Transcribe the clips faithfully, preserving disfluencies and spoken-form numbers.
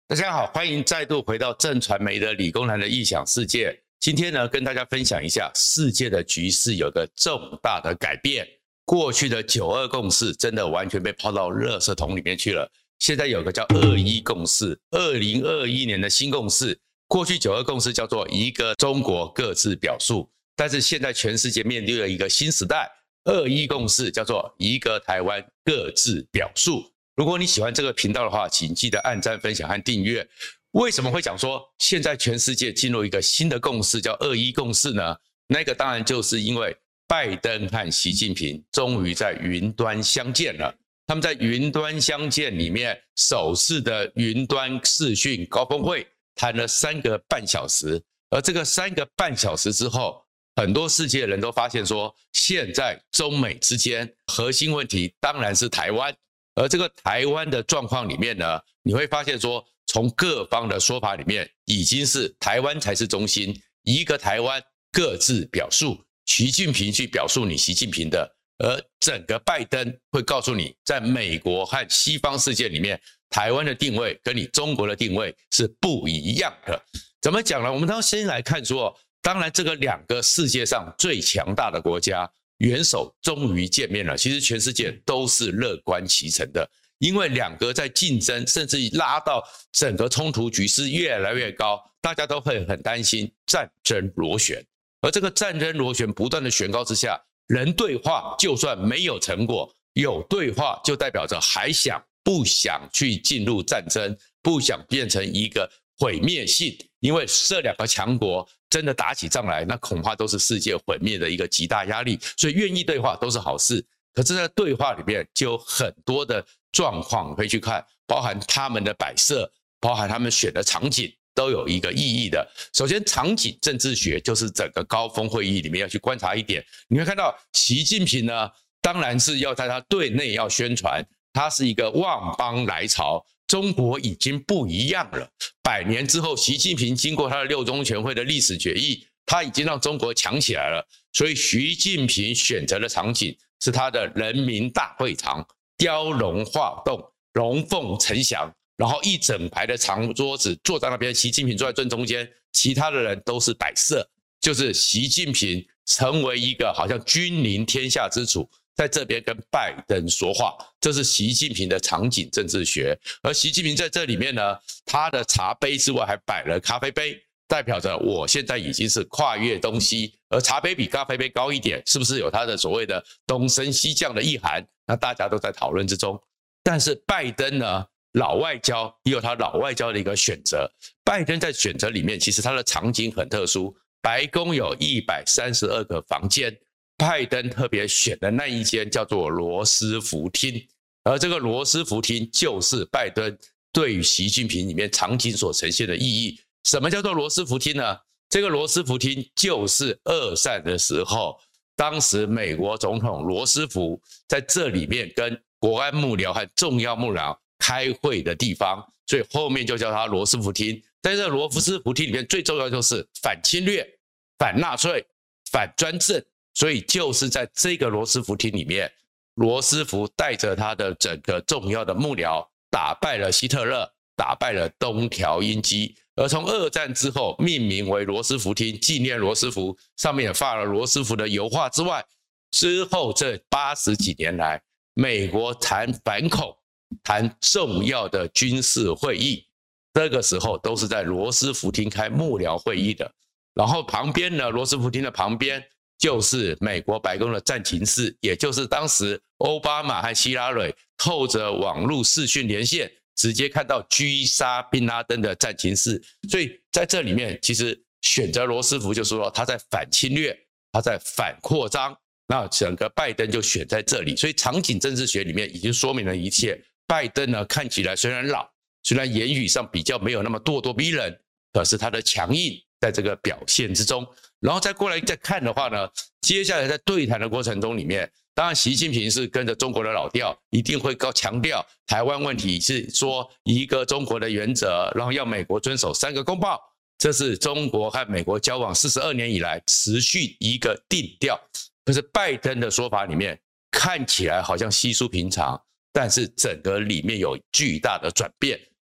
大家好，欢迎再度回到正传媒的理工男的异想世界。今天呢，跟大家分享一下世界的局势有个重大的改变。过去的九二共识真的完全被抛到垃圾桶里面去了。现在有个叫二一共识，二零二一年的新共识。过去九二共识叫做一个中国各自表述，但是现在全世界面对了一个新时代，二一共识叫做一个台湾各自表述。如果你喜欢这个频道的话，请记得按赞、分享和订阅。为什么会讲说现在全世界进入一个新的共识，叫二一共识呢？那个当然就是因为拜登和习近平终于在云端相见了。他们在云端相见里面首次的云端视讯高峰会谈了三个半小时，而这个三个半小时之后，很多世界人都发现说，现在中美之间核心问题当然是台湾。而这个台湾的状况里面呢，你会发现说，从各方的说法里面，已经是台湾才是中心，一个台湾各自表述，习近平去表述你习近平的，而整个拜登会告诉你，在美国和西方世界里面，台湾的定位跟你中国的定位是不一样的。怎么讲呢？我们当先来看说，当然这个两个世界上最强大的国家元首终于见面了，其实全世界都是乐观其成的，因为两个在竞争，甚至拉到整个冲突局势越来越高，大家都会很担心战争螺旋。而这个战争螺旋不断的旋高之下，人对话就算没有成果，有对话就代表着还想不想去进入战争，不想变成一个毁灭性，因为这两个强国真的打起仗来，那恐怕都是世界毁灭的一个极大压力，所以愿意对话都是好事。可是在对话里面就有很多的状况可以去看，包含他们的摆设，包含他们选的场景，都有一个意义的。首先，场景政治学就是整个高峰会议里面要去观察一点，你会看到习近平呢，当然是要在他对内要宣传，他是一个望邦来朝，中国已经不一样了。百年之后，习近平经过他的六中全会的历史决议，他已经让中国强起来了。所以习近平选择的场景是他的人民大会堂，雕龙画栋，龙凤呈祥，然后一整排的长桌子，坐在那边，习近平坐在正中间，其他的人都是摆设，就是习近平成为一个好像君临天下之主，在这边跟拜登说话，这是习近平的场景政治学。而习近平在这里面呢，他的茶杯之外还摆了咖啡杯，代表着我现在已经是跨越东西，而茶杯比咖啡杯高一点，是不是有他的所谓的东升西降的意涵？那大家都在讨论之中。但是拜登呢，老外交也有他老外交的一个选择。拜登在选择里面，其实他的场景很特殊，白宫有一百三十二个房间，拜登特别选的那一间叫做罗斯福厅，而这个罗斯福厅就是拜登对于习近平里面场景所呈现的意义。什么叫做罗斯福厅呢？这个罗斯福厅就是二战的时候，当时美国总统罗斯福在这里面跟国安幕僚和重要幕僚开会的地方，所以后面就叫它罗斯福厅。在这罗斯福厅里面最重要就是反侵略、反纳粹、反专政，所以就是在这个罗斯福厅里面，罗斯福带着他的整个重要的幕僚打败了希特勒，打败了东条英机。而从二战之后命名为罗斯福厅，纪念罗斯福，上面也放了罗斯福的油画之外，之后这八十几年来，美国谈反恐，谈重要的军事会议，这个时候都是在罗斯福厅开幕僚会议的。然后旁边呢，罗斯福厅的旁边就是美国白宫的战情室，也就是当时奥巴马和希拉蕊透着网络视讯连线，直接看到狙杀宾拉登的战情室。所以在这里面，其实选择罗斯福就是说他在反侵略，他在反扩张，那整个拜登就选在这里。所以场景政治学里面已经说明了一切。拜登呢，看起来虽然老，虽然言语上比较没有那么咄咄逼人，可是他的强硬在这个表现之中。然后再过来再看的话呢，接下来在对谈的过程中里面，当然习近平是跟着中国的老调，一定会高强调台湾问题是说一个中国的原则，然后要美国遵守三个公报，这是中国和美国交往四十二年以来持续一个定调。可是拜登的说法里面看起来好像稀疏平常，但是整个里面有巨大的转变。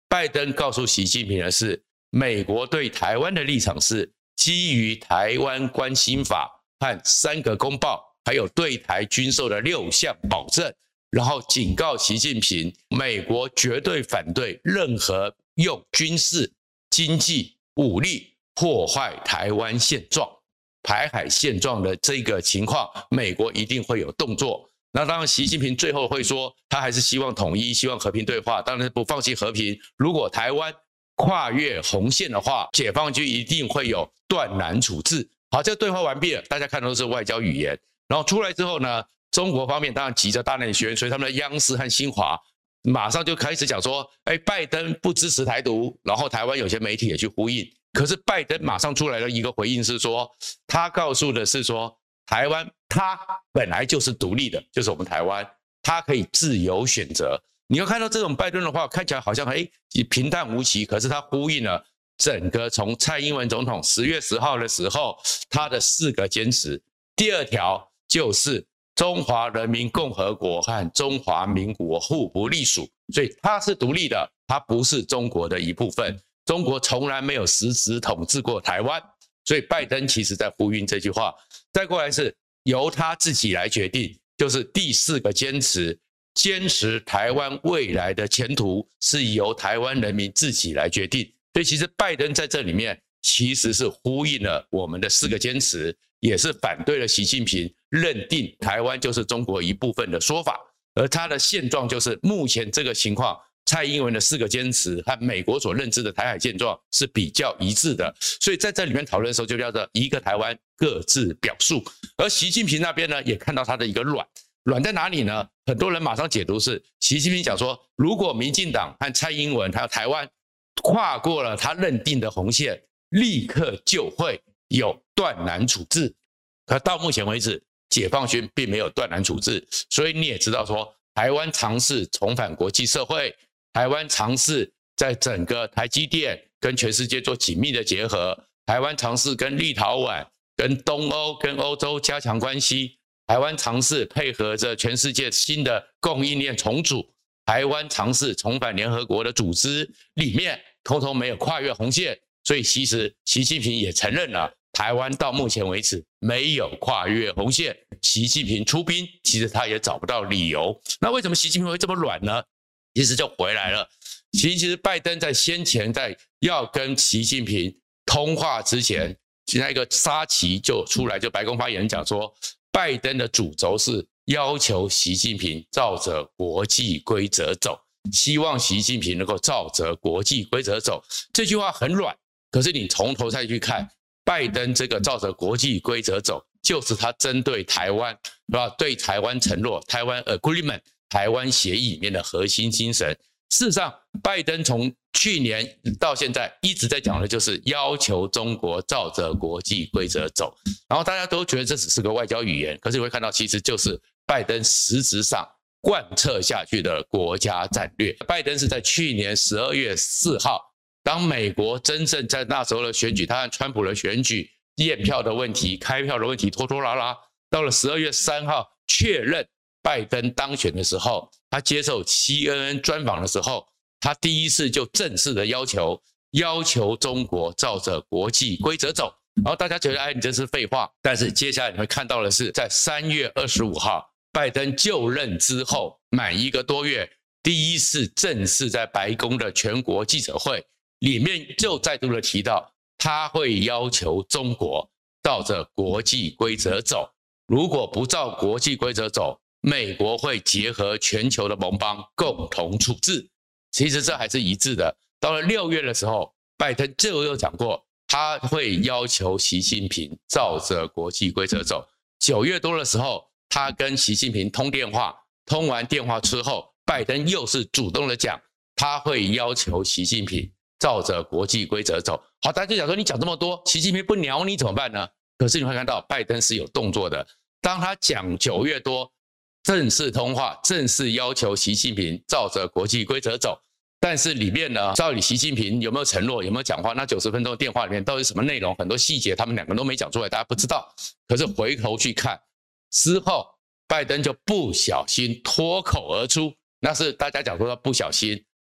拜登告诉习近平的是，美国对台湾的立场是基于台湾关系法和三个公报，还有对台军售的六项保证，然后警告习近平，美国绝对反对任何用军事、经济、武力破坏台湾现状、台海现状的这个情况，美国一定会有动作。那当然，习近平最后会说，他还是希望统一，希望和平对话，当然不放弃和平。如果台湾跨越红线的话，解放军一定会有断然处置。好，这个对话完毕了，大家看到都是外交语言。然后出来之后呢，中国方面当然急着大内宣，所以他们的央视和新华马上就开始讲说，哎，拜登不支持台独，然后台湾有些媒体也去呼应。可是拜登马上出来的一个回应是说，他告诉的是说，台湾它本来就是独立的，就是我们台湾，它可以自由选择。你要看到这种拜登的话，看起来好像哎平淡无奇，可是他呼应了整个从蔡英文总统十月十号的时候他的四个坚持。第二条就是中华人民共和国和中华民国互不隶属，所以它是独立的，它不是中国的一部分。中国从来没有实质统治过台湾，所以拜登其实在呼应这句话。再过来是由他自己来决定，就是第四个坚持，坚持台湾未来的前途是由台湾人民自己来决定。所以其实拜登在这里面其实是呼应了我们的四个坚持，也是反对了习近平认定台湾就是中国一部分的说法。而他的现状就是目前这个情况，蔡英文的四个坚持和美国所认知的台海现状是比较一致的，所以在这里面讨论的时候就叫做一个台湾各自表述。而习近平那边呢，也看到他的一个软，软在哪里呢？很多人马上解读是习近平讲说，如果民进党和蔡英文还有台湾跨过了他认定的红线，立刻就会有断然处置。可到目前为止，解放军并没有断然处置，所以你也知道说，台湾尝试重返国际社会，台湾尝试在整个台积电跟全世界做紧密的结合，台湾尝试跟立陶宛、跟东欧、跟欧洲加强关系，台湾尝试配合着全世界新的供应链重组，台湾尝试重返联合国的组织，里面通通没有跨越红线，所以其实习近平也承认了，台湾到目前为止没有跨越红线，习近平出兵，其实他也找不到理由。那为什么习近平会这么软呢？其实就回来了。其实拜登在先前在要跟习近平通话之前，那个沙奇就出来，就白宫发言人讲说，拜登的主轴是要求习近平照着国际规则走，希望习近平能够照着国际规则走。这句话很软，可是你从头再去看，拜登这个照着国际规则走，就是他针对台湾，是吧？对台湾承诺，台湾 Agreement， 台湾协议里面的核心精神。事实上，拜登从去年到现在一直在讲的就是要求中国照着国际规则走，然后大家都觉得这只是个外交语言，可是你会看到其实就是拜登实质上贯彻下去的国家战略。拜登是在去年十二月四号，当美国真正在那时候的选举，他和川普的选举验票的问题、开票的问题拖拖拉拉，到了十二月三号确认拜登当选的时候，他接受 C N N 专访的时候，他第一次就正式的要求要求中国照着国际规则走。然后大家觉得哎，你这是废话，但是接下来你会看到的是，在三月二十五号拜登就任之后满一个多月，第一次正式在白宫的全国记者会里面就再度的提到，他会要求中国照着国际规则走，如果不照国际规则走，美国会结合全球的盟邦共同处置。其实这还是一致的。到了六月的时候，拜登就又讲过，他会要求习近平照着国际规则走。九月多的时候，他跟习近平通电话，通完电话之后，拜登又是主动的讲，他会要求习近平照着国际规则走。好，大家就讲说，你讲这么多，习近平不鸟你怎么办呢？可是你会看到拜登是有动作的。当他讲九月多正式通话，正式要求习近平照着国际规则走，但是里面呢，到底习近平有没有承诺，有没有讲话，那九十分钟的电话里面到底什么内容，很多细节他们两个都没讲出来，大家不知道。可是回头去看之后，拜登就不小心脱口而出，那是大家讲说他不小心，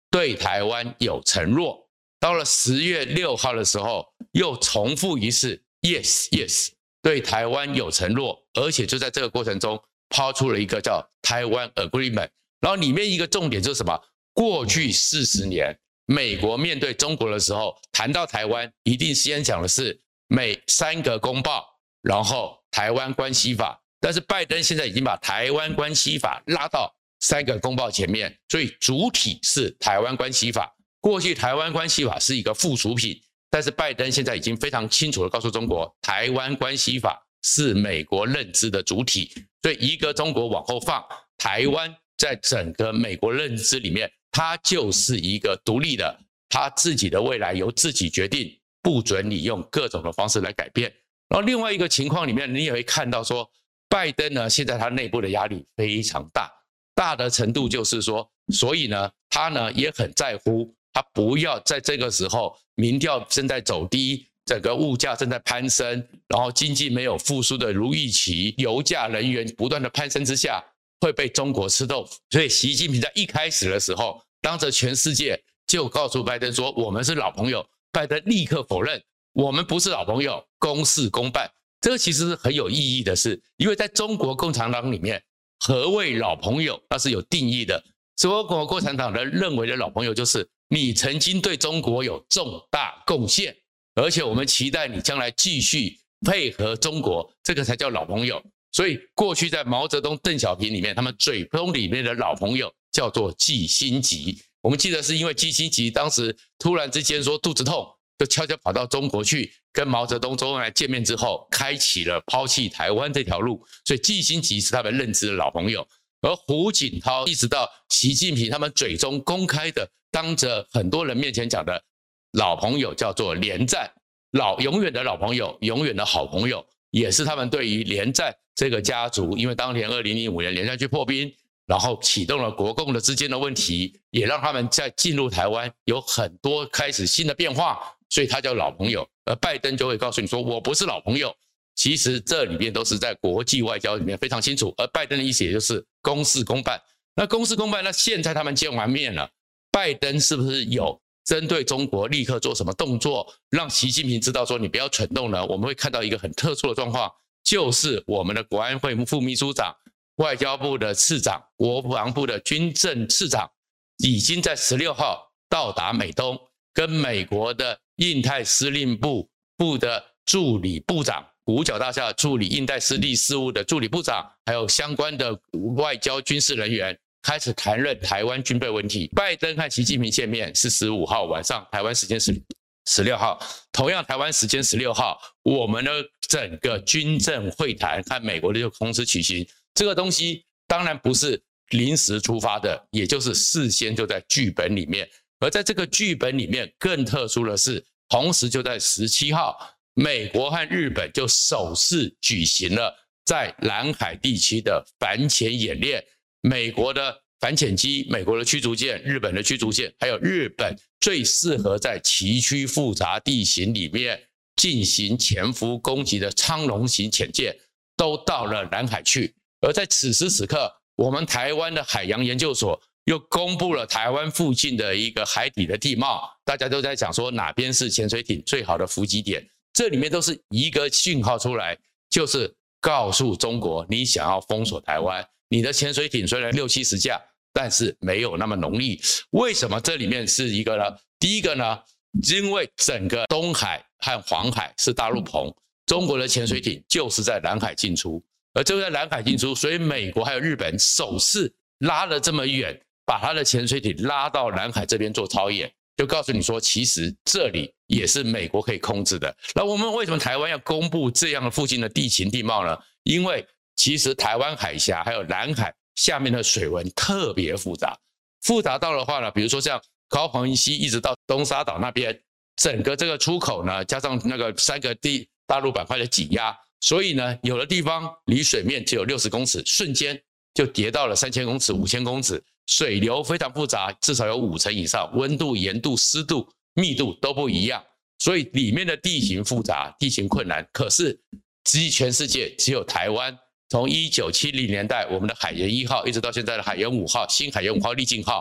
对台湾有承诺。到了十月六号的时候，又重复一次 yes yes， 对台湾有承诺，而且就在这个过程中抛出了一个叫台湾 Agreement， 然后里面一个重点就是什么？过去四十年，美国面对中国的时候，谈到台湾，一定先讲的是美三个公报，然后台湾关系法。但是拜登现在已经把台湾关系法拉到三个公报前面，所以主体是台湾关系法。过去台湾关系法是一个附属品，但是拜登现在已经非常清楚地告诉中国，台湾关系法是美国认知的主体。所以一个中国往后放，台湾在整个美国认知里面，它就是一个独立的，它自己的未来由自己决定，不准你用各种的方式来改变。然后另外一个情况里面，你也会看到说，拜登呢，现在他内部的压力非常大，大的程度就是说，所以呢，他呢也很在乎，他不要在这个时候民调正在走低，整个物价正在攀升，然后经济没有复苏的如预期，油价、能源不断的攀升之下，会被中国吃豆腐。所以习近平在一开始的时候，当着全世界就告诉拜登说，我们是老朋友。拜登立刻否认，我们不是老朋友，公事公办。这个其实是很有意义的事，因为在中国共产党里面，何谓老朋友，那是有定义的。中国共产党人认为的老朋友，就是你曾经对中国有重大贡献，而且我们期待你将来继续配合中国，这个才叫老朋友。所以过去在毛泽东、邓小平里面，他们嘴中里面的老朋友叫做季辛吉。我们记得是因为季辛吉当时突然之间说肚子痛，就悄悄跑到中国去跟毛泽东、周恩来见面之后，开启了抛弃台湾这条路。所以季辛吉是他们认知的老朋友。而胡锦涛一直到习近平他们嘴中公开的当着很多人面前讲的老朋友叫做连战，老永远的老朋友，永远的好朋友，也是他们对于连战这个家族，因为当年二零零五年连战去破冰，然后启动了国共的之间的问题，也让他们在进入台湾有很多开始新的变化，所以他叫老朋友。而拜登就会告诉你说，我不是老朋友。其实这里面都是在国际外交里面非常清楚，而拜登的意思也就是公事公办。那公事公办，那现在他们见完面了，拜登是不是有针对中国立刻做什么动作，让习近平知道说你不要蠢动呢？我们会看到一个很特殊的状况，就是我们的国安会副秘书长、外交部的次长、国防部的军政次长已经在十六号到达美东，跟美国的印太司令部部的助理部长、五角大厦助理印太司立事务的助理部长，还有相关的外交军事人员开始谈论台湾军备问题。拜登和习近平见面是十五号晚上台湾时间十六号，同样台湾时间十六号，我们的整个军政会谈和美国的就同时举行。这个东西当然不是临时出发的，也就是事先就在剧本里面。而在这个剧本里面更特殊的是，同时就在十七号，美国和日本就首次举行了在南海地区的反潜演练。美国的反潜机、美国的驱逐舰、日本的驱逐舰，还有日本最适合在崎岖复杂地形里面进行潜伏攻击的苍龙型潜舰，都到了南海去。而在此时此刻，我们台湾的海洋研究所又公布了台湾附近的一个海底的地貌，大家都在讲说哪边是潜水艇最好的伏击点，这里面都是一个讯号出来，就是告诉中国，你想要封锁台湾，你的潜水艇虽然六七十架，但是没有那么浓力。为什么这里面是一个呢？第一个呢，因为整个东海和黄海是大陆棚，中国的潜水艇就是在南海进出，而就在南海进出，所以美国还有日本首次拉了这么远，把他的潜水艇拉到南海这边做操演，就告诉你说，其实这里也是美国可以控制的。那我们为什么台湾要公布这样的附近的地形地貌呢？因为其实台湾海峡还有南海下面的水文特别复杂，复杂到的话呢，比如说像高屏溪一直到东沙岛那边，整个这个出口呢，加上那个三个地大陆板块的挤压，所以呢，有的地方离水面只有六十公尺，瞬间就跌到了三千公尺、五千公尺，水流非常复杂，至少有五成以上，温度、盐度、湿度、密度都不一样，所以里面的地形复杂、地形困难。可是，基全世界只有台湾，从一九七零年代我们的海研一号一直到现在的海研五号、新海研五号、力进号，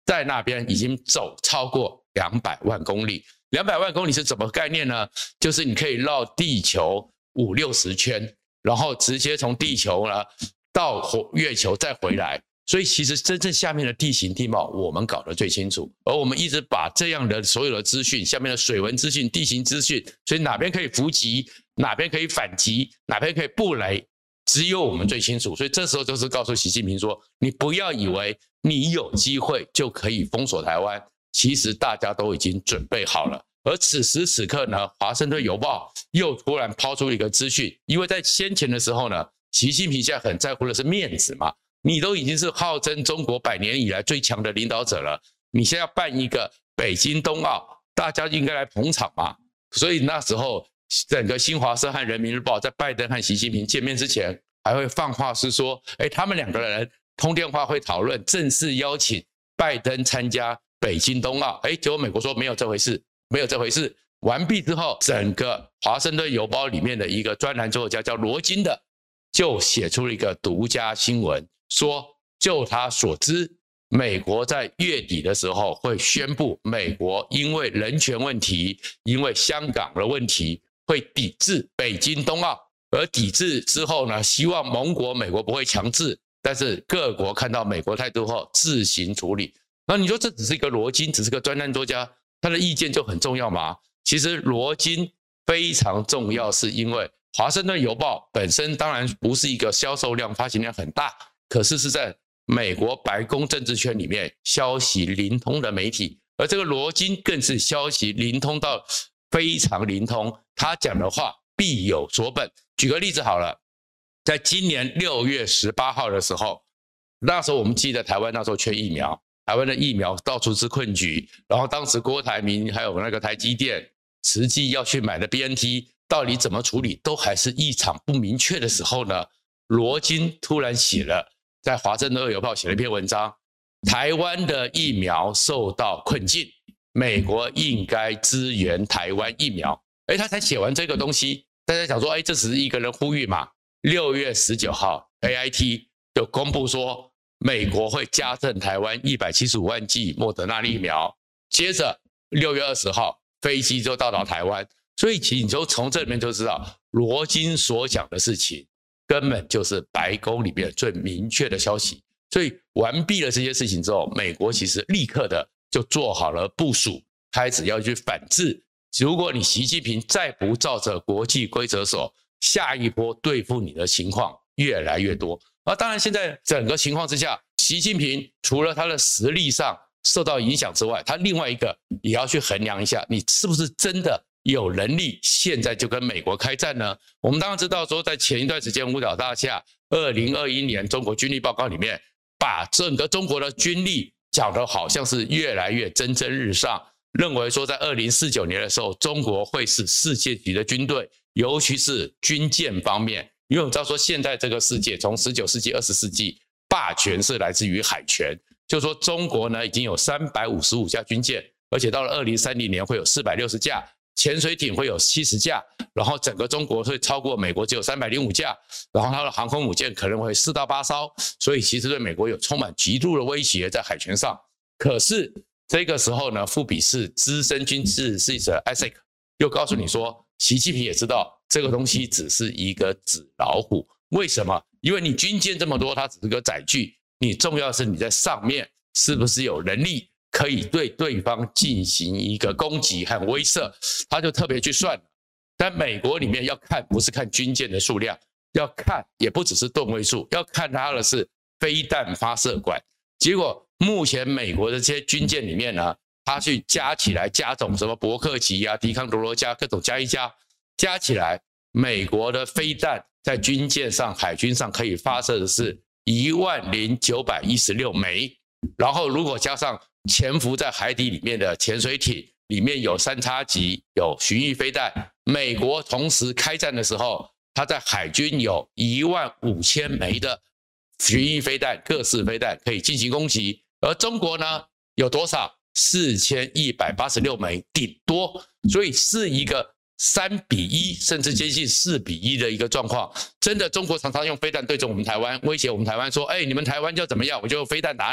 在那边已经走超过两百万公里。两百万公里是怎么概念呢？就是你可以绕地球五六十圈，然后直接从地球呢到月球再回来。所以其实真正下面的地形地貌我们搞得最清楚，而我们一直把这样的所有的资讯，下面的水文资讯、地形资讯，所以哪边可以伏击，哪边可以反击，哪边可以布雷，只有我们最清楚。所以这时候就是告诉习近平说，你不要以为你有机会就可以封锁台湾，其实大家都已经准备好了。而此时此刻呢，华盛顿邮报又突然抛出一个资讯，因为在先前的时候呢，习近平现在很在乎的是面子嘛，你都已经是号称中国百年以来最强的领导者了，你现在要办一个北京冬奥，大家应该来捧场嘛。所以那时候整个新华社和人民日报在拜登和习近平见面之前，还会放话是说，哎，他们两个人通电话会讨论正式邀请拜登参加北京冬奥。哎，结果美国说没有这回事，没有这回事。完毕之后，整个华盛顿邮报里面的一个专栏作家叫罗金的，就写出了一个独家新闻，说就他所知，美国在月底的时候会宣布，美国因为人权问题，因为香港的问题，会抵制北京冬奥。而抵制之后呢，希望盟国美国不会强制，但是各国看到美国态度后自行处理。那你说这只是一个罗金，只是个专栏作家，他的意见就很重要吗？其实罗金非常重要，是因为华盛顿邮报本身当然不是一个销售量发行量很大，可是是在美国白宫政治圈里面消息灵通的媒体，而这个罗金更是消息灵通到非常灵通，他讲的话必有所本。举个例子好了，在今年六月十八号的时候，那时候我们记得台湾那时候缺疫苗，台湾的疫苗到处是困局，然后当时郭台铭还有那个台积电实际要去买的 B N T 到底怎么处理都还是异常不明确的时候呢，罗金突然写了，在华盛顿邮报写了一篇文章，台湾的疫苗受到困境，美国应该支援台湾疫苗。诶，他才写完这个东西，大家想说，诶，这只是一个人呼吁嘛。六月十九号 A I T 就公布说，美国会加赠台湾一百七十五万剂莫德纳疫苗。接着六月二十号飞机就到达台湾，所以其实你就从这里面就知道，罗金所讲的事情根本就是白宫里面最明确的消息。所以完毕了这些事情之后，美国其实立刻的就做好了部署，开始要去反制。如果你习近平再不照着国际规则走，下一波对付你的情况越来越多。而当然现在整个情况之下，习近平除了他的实力上受到影响之外，他另外一个也要去衡量一下，你是不是真的有能力现在就跟美国开战呢？我们当然知道说，在前一段时间五角大厦二零二一年中国军力报告里面，把整个中国的军力讲得好像是越来越蒸蒸日上，认为说在二零四九年的时候，中国会是世界级的军队，尤其是军舰方面。因为我们知道说，现在这个世界从十九世纪、二十世纪，霸权是来自于海权，就是说中国呢已经有三百五十五架军舰，而且到了二零三零年会有四百六十架，潜水艇会有七十架，然后整个中国会超过美国只有三百零五架，然后它的航空母舰可能会四到八艘，所以其实对美国有充满极度的威胁在海权上。可是这个时候呢，富比士资深军事记者 Isaac 又告诉你说，习近平也知道这个东西只是一个纸老虎。为什么？因为你军舰这么多，它只是个载具，你重要的是你在上面是不是有能力可以对对方进行一个攻击和威慑。他就特别去算了，但美国里面要看不是看军舰的数量，要看也不只是吨位数，要看它的是飞弹发射管。结果目前美国的这些军舰里面呢，它去加起来加种什么伯克级啊、迪康德罗加各种加一加，加起来美国的飞弹在军舰上、海军上可以发射的是一万零九百一十六枚。然后如果加上潜伏在海底里面的潜水艇，里面有三叉戟、有巡弋飞弹，美国同时开战的时候，它在海军有一万五千枚的巡弋飞弹、各式飞弹可以进行攻击。而中国呢，有多少？四千一百八十六枚，顶多，所以是一个三比一，甚至接近四比一的一个状况。真的，中国常常用飞弹对着我们台湾，威胁我们台湾说：“哎，你们台湾要怎么样，我就用飞弹打你。”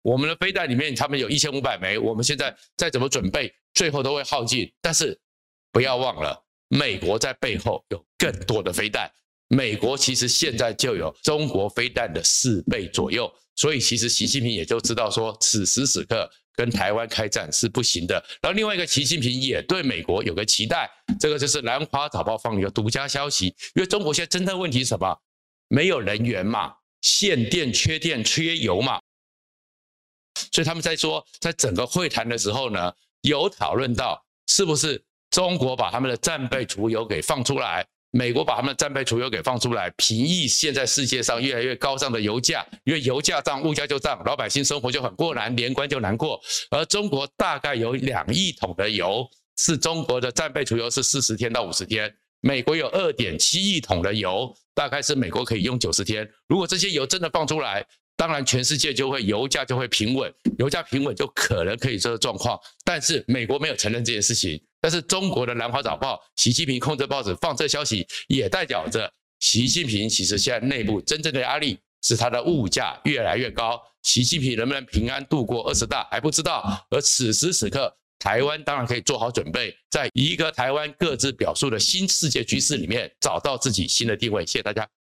我们的飞弹里面他们有一千五百枚，我们现在再怎么准备，最后都会耗尽。但是不要忘了，美国在背后有更多的飞弹，美国其实现在就有中国飞弹的四倍左右，所以其实习近平也就知道说，此时此刻跟台湾开战是不行的。然后另外一个，习近平也对美国有个期待，这个就是南华早报放一个独家消息，因为中国现在真正问题是什么？没有人员嘛，限电、缺电、缺油嘛，所以他们在说，在整个会谈的时候呢，有讨论到是不是中国把他们的战备储油给放出来，美国把他们的战备储油给放出来，平抑现在世界上越来越高涨的油价，因为油价涨，物价就涨，老百姓生活就很过难，连关就难过。而中国大概有两亿桶的油，是中国的战备储油是四十天到五十天，美国有 二点七亿桶的油，大概是美国可以用九十天。如果这些油真的放出来，当然全世界就会油价就会平稳，油价平稳就可能可以这个状况。但是美国没有承认这件事情，但是中国的南华早报、习近平控制报纸放这消息，也代表着习近平其实现在内部真正的压力是他的物价越来越高，习近平能不能平安度过二十大还不知道。而此时此刻，台湾当然可以做好准备，在一个台湾各自表述的新世界局势里面找到自己新的定位。谢谢大家。